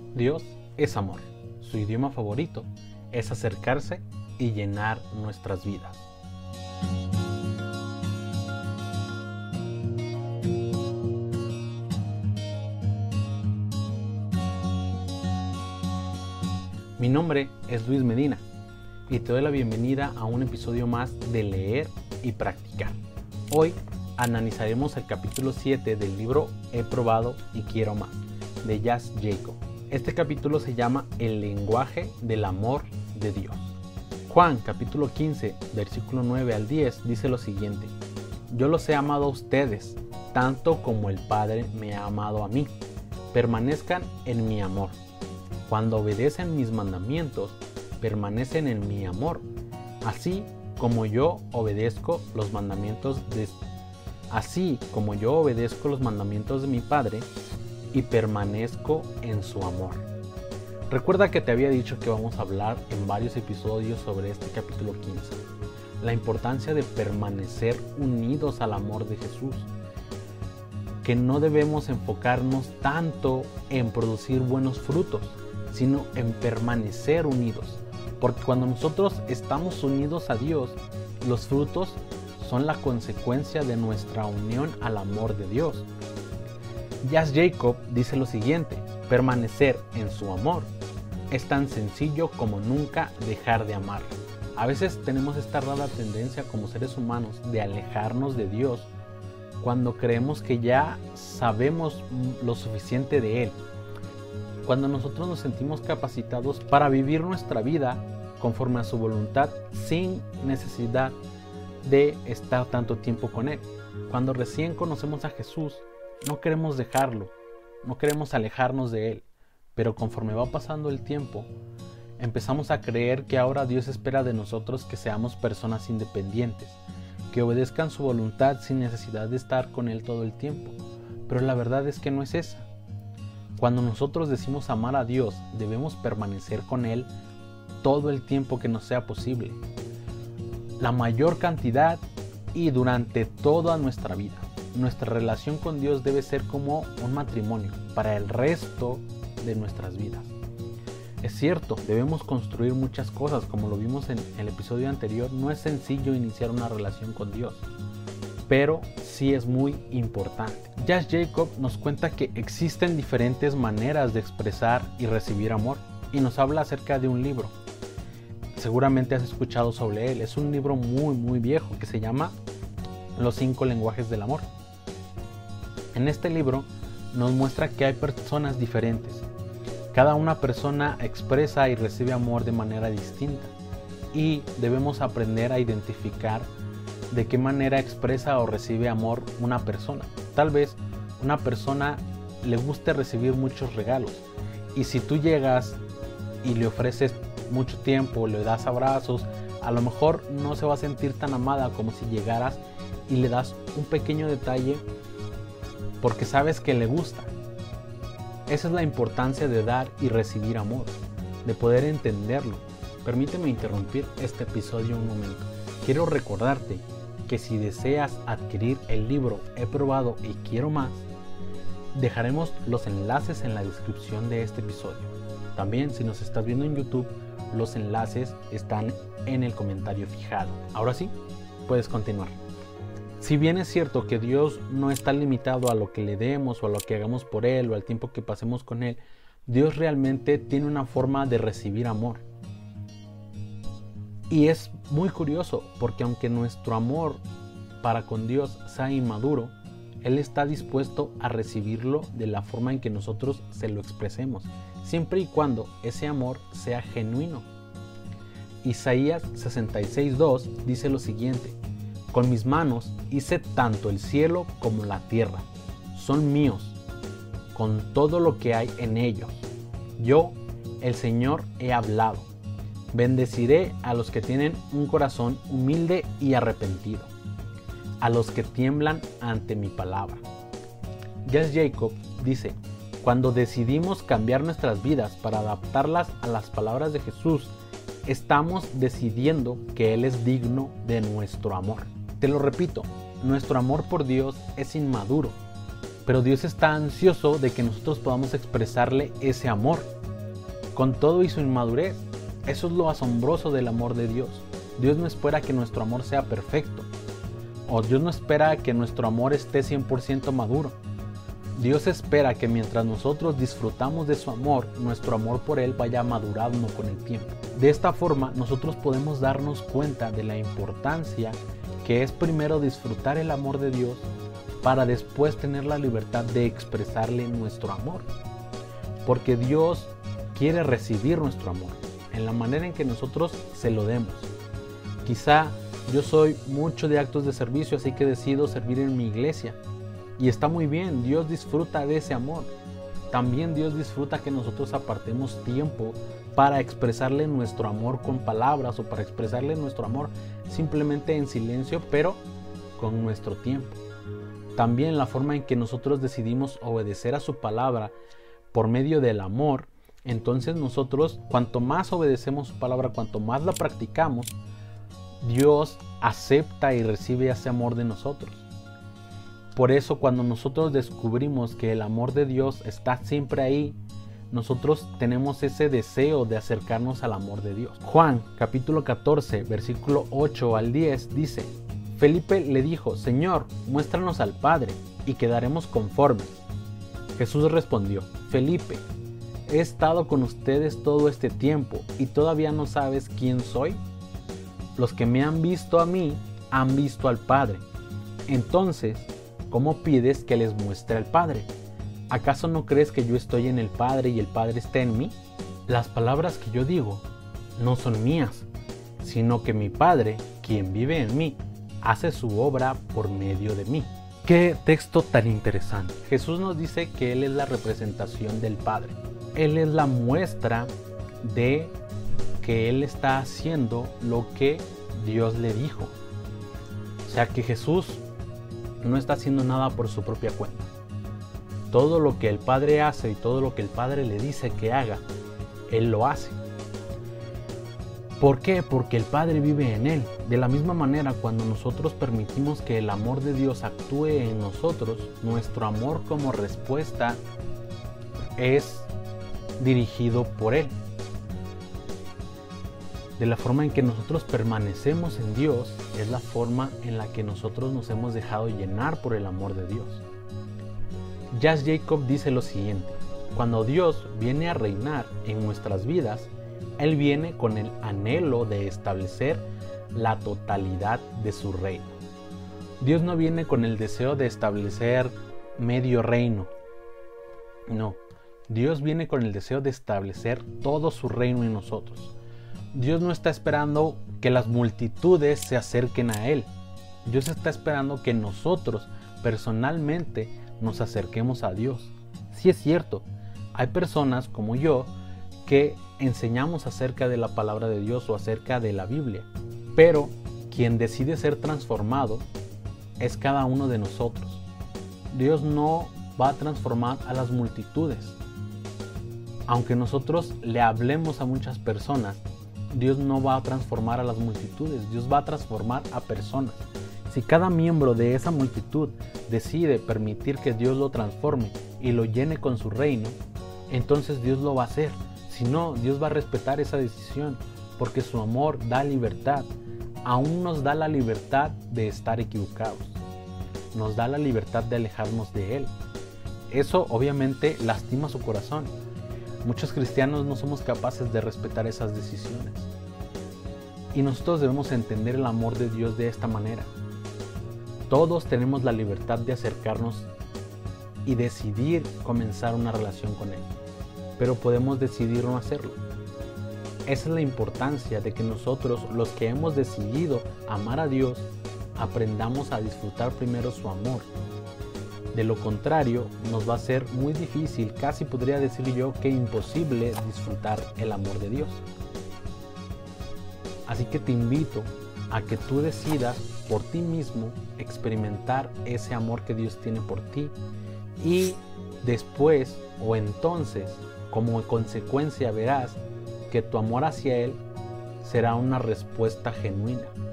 Dios es amor. Su idioma favorito es acercarse y llenar nuestras vidas. Mi nombre es Luis Medina y te doy la bienvenida a un episodio más de Leer y Practicar. Hoy analizaremos el capítulo 7 del libro He probado y quiero más, de Josh Jacob. Este capítulo se llama El lenguaje del amor de Dios. Juan capítulo 15, versículo 9 al 10 dice lo siguiente: Yo los he amado a ustedes, tanto como el Padre me ha amado a mí. Permanezcan en mi amor. Cuando obedecen mis mandamientos, permanecen en mi amor, así como yo obedezco los mandamientos de mi Padre y permanezco en su amor. Recuerda que te había dicho que vamos a hablar en varios episodios sobre este capítulo 15, la importancia de permanecer unidos al amor de Jesús, que no debemos enfocarnos tanto en producir buenos frutos, sino en permanecer unidos, porque cuando nosotros estamos unidos a Dios, los frutos son la consecuencia de nuestra unión al amor de Dios. Josh Jacob dice lo siguiente: permanecer en su amor es tan sencillo como nunca dejar de amar. A veces tenemos esta rara tendencia como seres humanos de alejarnos de Dios cuando creemos que ya sabemos lo suficiente de Él, cuando nosotros nos sentimos capacitados para vivir nuestra vida conforme a su voluntad sin necesidad de estar tanto tiempo con Él. Cuando recién conocemos a Jesús, no queremos dejarlo, no queremos alejarnos de Él, pero conforme va pasando el tiempo, empezamos a creer que ahora Dios espera de nosotros que seamos personas independientes, que obedezcan su voluntad sin necesidad de estar con Él todo el tiempo. Pero la verdad es que no es esa. Cuando nosotros decimos amar a Dios, debemos permanecer con Él todo el tiempo que nos sea posible, la mayor cantidad y durante toda nuestra vida. Nuestra relación con Dios debe ser como un matrimonio para el resto de nuestras vidas. Es cierto, debemos construir muchas cosas, como lo vimos en el episodio anterior. No es sencillo iniciar una relación con Dios, pero sí es muy importante. Josh Jacob nos cuenta que existen diferentes maneras de expresar y recibir amor, y nos habla acerca de un libro. Seguramente has escuchado sobre él. Es un libro muy viejo que se llama Los 5 lenguajes del amor. En este libro nos muestra que hay personas diferentes. Cada una persona expresa y recibe amor de manera distinta, y debemos aprender a identificar de qué manera expresa o recibe amor una persona. Tal vez una persona le guste recibir muchos regalos, y si tú llegas y le ofreces mucho tiempo, le das abrazos, a lo mejor no se va a sentir tan amada como si llegaras y le das un pequeño detalle porque sabes que le gusta. Esa es la importancia de dar y recibir amor, de poder entenderlo. Permíteme interrumpir este episodio un momento. Quiero recordarte que si deseas adquirir el libro He probado y quiero más, dejaremos los enlaces en la descripción de este episodio. También, si nos estás viendo en YouTube, los enlaces están en el comentario fijado. Ahora sí, puedes continuar. Si bien es cierto que Dios no está limitado a lo que le demos o a lo que hagamos por Él o al tiempo que pasemos con Él, Dios realmente tiene una forma de recibir amor. Y es muy curioso, porque aunque nuestro amor para con Dios sea inmaduro, Él está dispuesto a recibirlo de la forma en que nosotros se lo expresemos, siempre y cuando ese amor sea genuino. Isaías 66:2 dice lo siguiente: Con mis manos hice tanto el cielo como la tierra. Son míos, con todo lo que hay en ellos. Yo, el Señor, he hablado. Bendeciré a los que tienen un corazón humilde y arrepentido, a los que tiemblan ante mi palabra. Josh Jacob dice: cuando decidimos cambiar nuestras vidas para adaptarlas a las palabras de Jesús, estamos decidiendo que Él es digno de nuestro amor. Te lo repito, nuestro amor por Dios es inmaduro, pero Dios está ansioso de que nosotros podamos expresarle ese amor. con todo y su inmadurez. Eso es lo asombroso del amor de Dios. Dios no espera que nuestro amor sea perfecto, o Dios no espera que nuestro amor esté 100% maduro. Dios espera que mientras nosotros disfrutamos de su amor, nuestro amor por Él vaya madurando con el tiempo. De esta forma, nosotros podemos darnos cuenta de la importancia que es primero disfrutar el amor de Dios para después tener la libertad de expresarle nuestro amor. Porque Dios quiere recibir nuestro amor en la manera en que nosotros se lo demos. Quizá yo soy mucho de actos de servicio, así que decido servir en mi iglesia. Y está muy bien, Dios disfruta de ese amor. También Dios disfruta que nosotros apartemos tiempo para expresarle nuestro amor con palabras o para expresarle nuestro amor simplemente en silencio, pero con nuestro tiempo. También la forma en que nosotros decidimos obedecer a su palabra por medio del amor. Entonces nosotros, cuanto más obedecemos su palabra, cuanto más la practicamos, Dios acepta y recibe ese amor de nosotros. Por eso cuando nosotros descubrimos que el amor de Dios está siempre ahí, nosotros tenemos ese deseo de acercarnos al amor de Dios. Juan capítulo 14 versículo 8 al 10 dice: Felipe le dijo: Señor, muéstranos al Padre y quedaremos conformes. Jesús respondió: Felipe, he estado con ustedes todo este tiempo y todavía no sabes quién soy. Los que me han visto a mí han visto al Padre. Entonces, ¿cómo pides que les muestre al Padre? ¿Acaso no crees que yo estoy en el Padre y el Padre está en mí? Las palabras que yo digo no son mías, sino que mi Padre, quien vive en mí, hace su obra por medio de mí. ¡Qué texto tan interesante! Jesús nos dice que Él es la representación del Padre. Él es la muestra de que Él está haciendo lo que Dios le dijo. O sea que Jesús no está haciendo nada por su propia cuenta. Todo lo que el Padre hace y todo lo que el Padre le dice que haga, Él lo hace. ¿Por qué? Porque el Padre vive en Él. De la misma manera, cuando nosotros permitimos que el amor de Dios actúe en nosotros, nuestro amor como respuesta es dirigido por Él. De la forma en que nosotros permanecemos en Dios es la forma en la que nosotros nos hemos dejado llenar por el amor de Dios. Jas Jacob dice lo siguiente: cuando Dios viene a reinar en nuestras vidas, Él viene con el anhelo de establecer la totalidad de su reino. Dios no viene con el deseo de establecer medio reino. No, Dios viene con el deseo de establecer todo su reino en nosotros. Dios no está esperando que las multitudes se acerquen a Él. Dios está esperando que nosotros personalmente nos acerquemos a Dios. Sí es cierto, hay personas como yo que enseñamos acerca de la palabra de Dios o acerca de la Biblia, pero quien decide ser transformado es cada uno de nosotros. Dios no va a transformar a las multitudes. Aunque nosotros le hablemos a muchas personas, Dios no va a transformar a las multitudes, Dios va a transformar a personas. Si cada miembro de esa multitud decide permitir que Dios lo transforme y lo llene con su reino, entonces Dios lo va a hacer. Si no, Dios va a respetar esa decisión, porque su amor da libertad. Aún nos da la libertad de estar equivocados. Nos da la libertad de alejarnos de Él. Eso obviamente lastima su corazón. Muchos cristianos no somos capaces de respetar esas decisiones. Y nosotros debemos entender el amor de Dios de esta manera. Todos tenemos la libertad de acercarnos y decidir comenzar una relación con Él, pero podemos decidir no hacerlo. Esa es la importancia de que nosotros, los que hemos decidido amar a Dios, aprendamos a disfrutar primero su amor. De lo contrario, nos va a ser muy difícil, casi podría decir yo que imposible, disfrutar el amor de Dios. Así que te invito a que tú decidas por ti mismo experimentar ese amor que Dios tiene por ti, y después o entonces, como consecuencia, verás que tu amor hacia Él será una respuesta genuina.